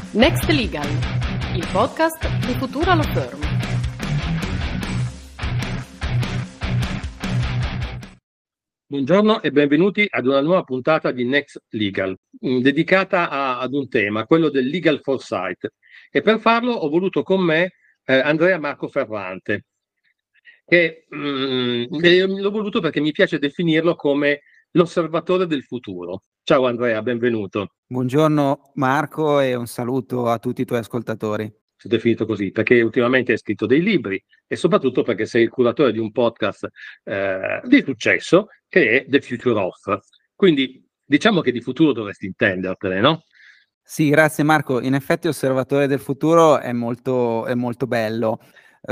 Next Legal, il podcast di Futura Law Firm. Buongiorno e benvenuti ad una nuova puntata di Next Legal, dedicata ad un tema, quello del legal foresight. E per farlo ho voluto con me Andrea Marco Ferrante, che l'ho voluto perché mi piace definirlo come l'osservatore del futuro. Ciao Andrea, benvenuto. Buongiorno Marco e un saluto a tutti i tuoi ascoltatori. Sono definito così perché ultimamente hai scritto dei libri e soprattutto perché sei il curatore di un podcast di successo che è The Future Of. Quindi diciamo che di futuro dovresti intendertene, no? Sì, grazie Marco. In effetti Osservatore del Futuro è molto bello.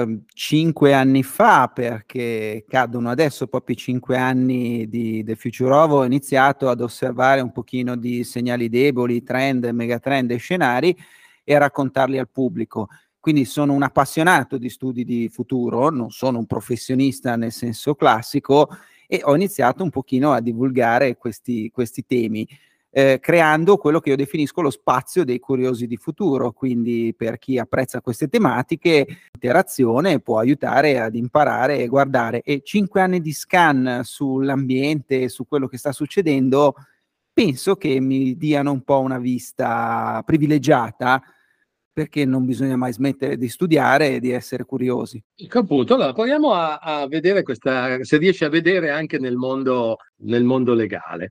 5 anni fa, perché cadono adesso proprio i 5 anni di The Future Of, ho iniziato ad osservare un pochino di segnali deboli, trend, megatrend e scenari e a raccontarli al pubblico. Quindi sono un appassionato di studi di futuro, non sono un professionista nel senso classico, e ho iniziato un pochino a divulgare questi temi, creando quello che io definisco lo spazio dei curiosi di futuro. Quindi per chi apprezza queste tematiche, l'interazione può aiutare ad imparare e guardare. E 5 anni di scan sull'ambiente, su quello che sta succedendo, penso che mi diano un po' una vista privilegiata, perché non bisogna mai smettere di studiare e di essere curiosi. Appunto, allora proviamo a vedere se riesci a vedere anche nel mondo legale.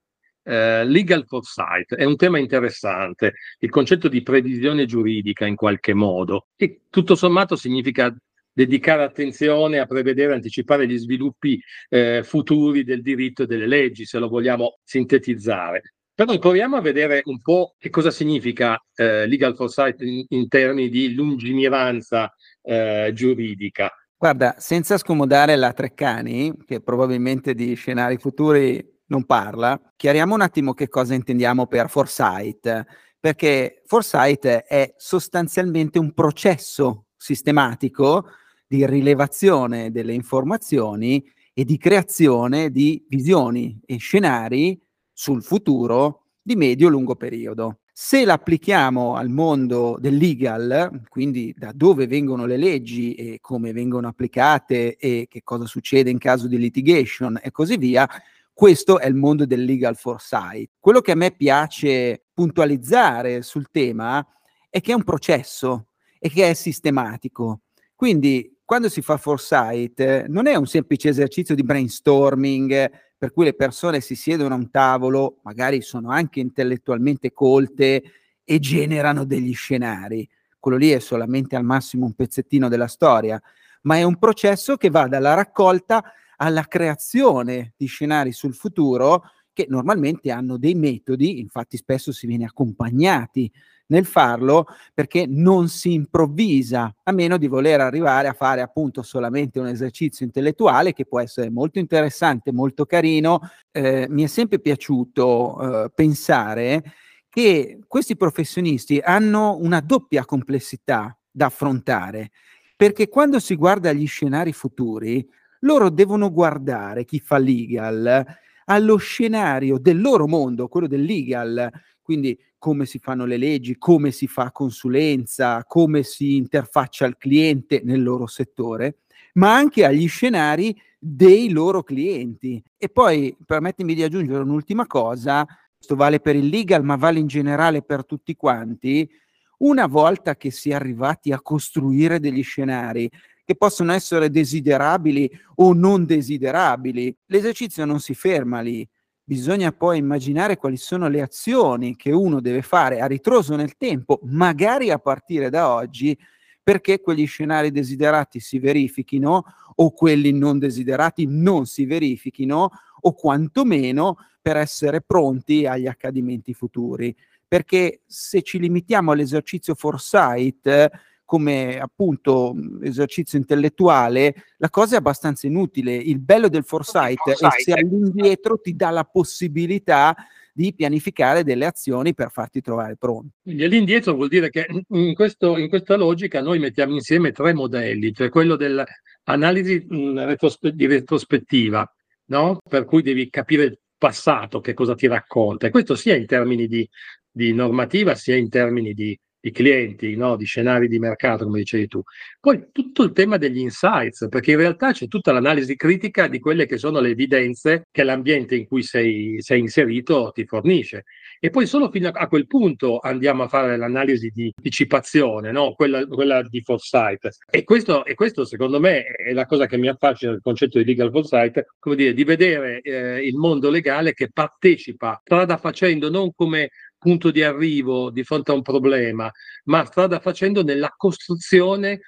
Legal foresight è un tema interessante, il concetto di previsione giuridica in qualche modo, che tutto sommato significa dedicare attenzione a prevedere e anticipare gli sviluppi futuri del diritto e delle leggi, se lo vogliamo sintetizzare. Però proviamo a vedere un po' che cosa significa legal foresight in termini di lungimiranza giuridica. Guarda, senza scomodare la Treccani, che probabilmente di scenari futuri non parla, chiariamo un attimo che cosa intendiamo per foresight, perché foresight è sostanzialmente un processo sistematico di rilevazione delle informazioni e di creazione di visioni e scenari sul futuro di medio-lungo periodo. Se l'applichiamo al mondo del legal, quindi da dove vengono le leggi e come vengono applicate e che cosa succede in caso di litigation e così via, questo è il mondo del legal foresight. Quello che a me piace puntualizzare sul tema è che è un processo e che è sistematico. Quindi quando si fa foresight non è un semplice esercizio di brainstorming per cui le persone si siedono a un tavolo, magari sono anche intellettualmente colte e generano degli scenari. Quello lì è solamente al massimo un pezzettino della storia, ma è un processo che va dalla raccolta alla creazione di scenari sul futuro, che normalmente hanno dei metodi, infatti spesso si viene accompagnati nel farlo, perché non si improvvisa, a meno di voler arrivare a fare appunto solamente un esercizio intellettuale che può essere molto interessante, molto carino. Mi è sempre piaciuto pensare che questi professionisti hanno una doppia complessità da affrontare, perché quando si guarda agli scenari futuri, loro devono guardare, chi fa legal, allo scenario del loro mondo, quello del legal, quindi come si fanno le leggi, come si fa consulenza, come si interfaccia al cliente nel loro settore, ma anche agli scenari dei loro clienti. E poi permettimi di aggiungere un'ultima cosa, questo vale per il legal ma vale in generale per tutti quanti. Una volta che si è arrivati a costruire degli scenari che possono essere desiderabili o non desiderabili, l'esercizio non si ferma lì. Bisogna poi immaginare quali sono le azioni che uno deve fare a ritroso nel tempo, magari a partire da oggi, perché quegli scenari desiderati si verifichino o quelli non desiderati non si verifichino, o quantomeno per essere pronti agli accadimenti futuri. Perché se ci limitiamo all'esercizio foresight come appunto esercizio intellettuale, la cosa è abbastanza inutile. Il bello del foresight è se all'indietro ti dà la possibilità di pianificare delle azioni per farti trovare pronto. Quindi all'indietro vuol dire che in questa logica noi mettiamo insieme tre modelli, cioè quello dell'analisi di retrospettiva, no? Per cui devi capire il passato, che cosa ti racconta, e questo sia in termini di normativa sia in termini di di clienti, no? Di scenari di mercato, come dicevi tu. Poi tutto il tema degli insights, perché in realtà c'è tutta l'analisi critica di quelle che sono le evidenze che l'ambiente in cui sei inserito ti fornisce. E poi solo fino a quel punto andiamo a fare l'analisi di anticipazione, no? Quella di foresight. E questo secondo me è la cosa che mi affascina del concetto di legal foresight, come dire, di vedere il mondo legale che partecipa strada facendo, non come punto di arrivo di fronte a un problema, ma strada facendo nella costruzione,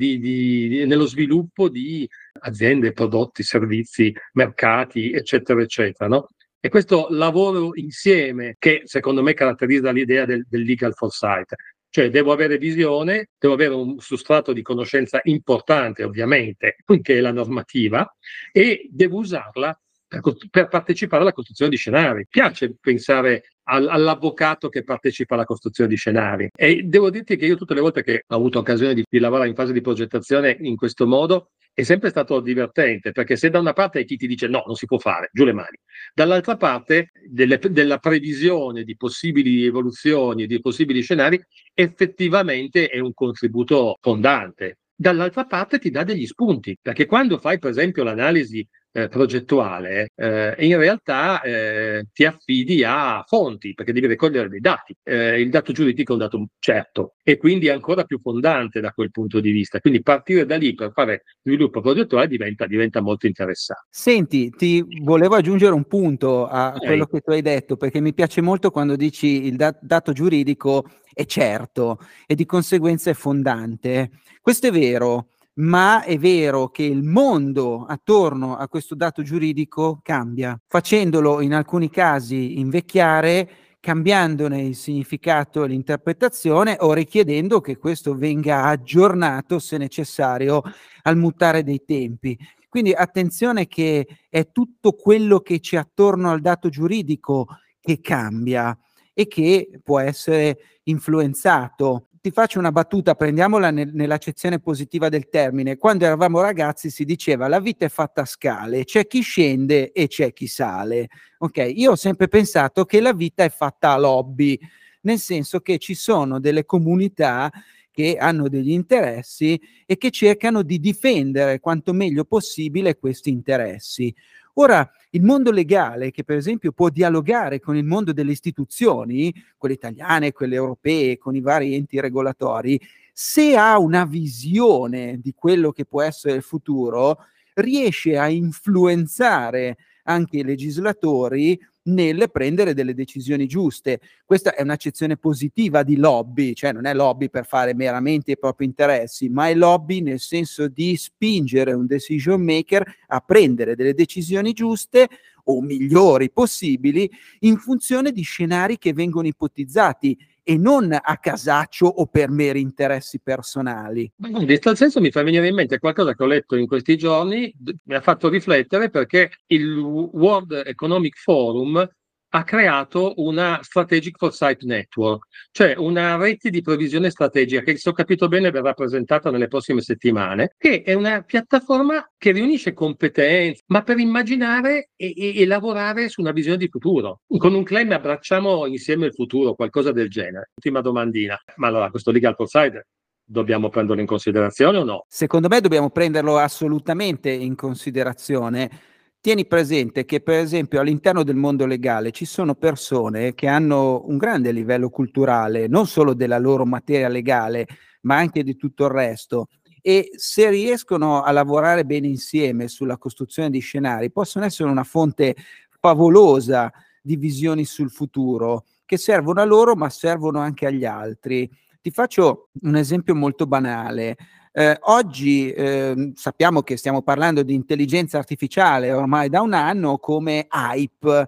nello sviluppo di aziende, prodotti, servizi, mercati, eccetera, eccetera, no? E questo lavoro insieme che secondo me caratterizza l'idea del legal foresight. Cioè devo avere visione, devo avere un substrato di conoscenza importante, ovviamente, che è la normativa, e devo usarla per partecipare alla costruzione di scenari. Piace pensare all'avvocato che partecipa alla costruzione di scenari. E devo dirti che io tutte le volte che ho avuto occasione di lavorare in fase di progettazione in questo modo è sempre stato divertente, perché se da una parte hai chi ti dice no, non si può fare, giù le mani, dall'altra parte della previsione di possibili evoluzioni, di possibili scenari, effettivamente è un contributo fondante. Dall'altra parte ti dà degli spunti, perché quando fai per esempio l'analisi progettuale, in realtà ti affidi a fonti, perché devi raccogliere dei dati. Il dato giuridico è un dato certo e quindi è ancora più fondante da quel punto di vista. Quindi partire da lì per fare sviluppo progettuale diventa molto interessante. Senti, ti volevo aggiungere un punto a quello che tu hai detto, perché mi piace molto quando dici il dato giuridico è certo e di conseguenza è fondante. Questo è vero, ma è vero che il mondo attorno a questo dato giuridico cambia, facendolo in alcuni casi invecchiare, cambiandone il significato e l'interpretazione o richiedendo che questo venga aggiornato, se necessario, al mutare dei tempi. Quindi attenzione che è tutto quello che c'è attorno al dato giuridico che cambia e che può essere influenzato. Ti faccio una battuta, prendiamola nell'accezione positiva del termine. Quando eravamo ragazzi si diceva la vita è fatta a scale, c'è chi scende e c'è chi sale. Ok, io ho sempre pensato che la vita è fatta a lobby, nel senso che ci sono delle comunità che hanno degli interessi e che cercano di difendere quanto meglio possibile questi interessi. Ora, il mondo legale, che per esempio può dialogare con il mondo delle istituzioni, quelle italiane, quelle europee, con i vari enti regolatori, se ha una visione di quello che può essere il futuro, riesce a influenzare anche i legislatori nel prendere delle decisioni giuste. Questa è un'accezione positiva di lobby, cioè non è lobby per fare meramente i propri interessi, ma è lobby nel senso di spingere un decision maker a prendere delle decisioni giuste o migliori possibili in funzione di scenari che vengono ipotizzati e non a casaccio o per meri interessi personali. In tal senso mi fa venire in mente qualcosa che ho letto in questi giorni, mi ha fatto riflettere perché il World Economic Forum ha creato una Strategic Foresight Network, cioè una rete di previsione strategica che, se ho capito bene, verrà presentata nelle prossime settimane, che è una piattaforma che riunisce competenze, ma per immaginare e lavorare su una visione di futuro. Con un claim abbracciamo insieme il futuro, qualcosa del genere. Ultima domandina, ma allora questo Legal Foresight dobbiamo prenderlo in considerazione o no? Secondo me dobbiamo prenderlo assolutamente in considerazione. Tieni presente che, per esempio, all'interno del mondo legale ci sono persone che hanno un grande livello culturale, non solo della loro materia legale, ma anche di tutto il resto. E se riescono a lavorare bene insieme sulla costruzione di scenari, possono essere una fonte favolosa di visioni sul futuro, che servono a loro, ma servono anche agli altri. Ti faccio un esempio molto banale. Oggi sappiamo che stiamo parlando di intelligenza artificiale ormai da un anno come hype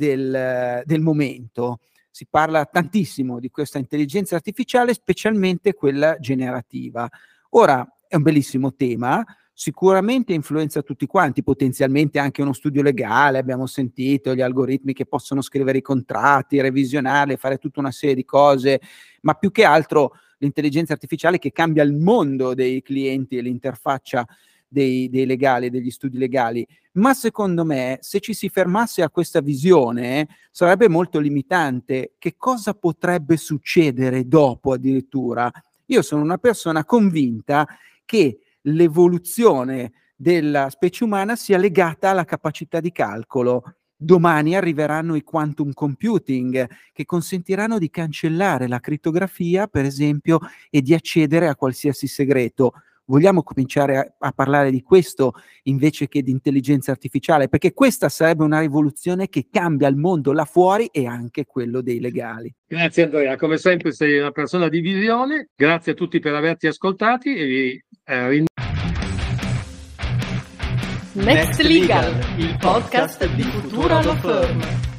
del momento. Si parla tantissimo di questa intelligenza artificiale, specialmente quella generativa. Ora, è un bellissimo tema, sicuramente influenza tutti quanti, potenzialmente anche uno studio legale, abbiamo sentito gli algoritmi che possono scrivere i contratti, revisionarli, fare tutta una serie di cose, ma più che altro l'intelligenza artificiale che cambia il mondo dei clienti e l'interfaccia dei legali, degli studi legali, ma secondo me se ci si fermasse a questa visione sarebbe molto limitante. Che cosa potrebbe succedere dopo addirittura? Io sono una persona convinta che l'evoluzione della specie umana sia legata alla capacità di calcolo. Domani arriveranno i quantum computing che consentiranno di cancellare la crittografia, per esempio, e di accedere a qualsiasi segreto. Vogliamo cominciare a parlare di questo invece che di intelligenza artificiale, perché questa sarebbe una rivoluzione che cambia il mondo là fuori e anche quello dei legali. Grazie Andrea, come sempre sei una persona di visione, grazie a tutti per averti ascoltati e Next Legal, il podcast di Futura Law Firm.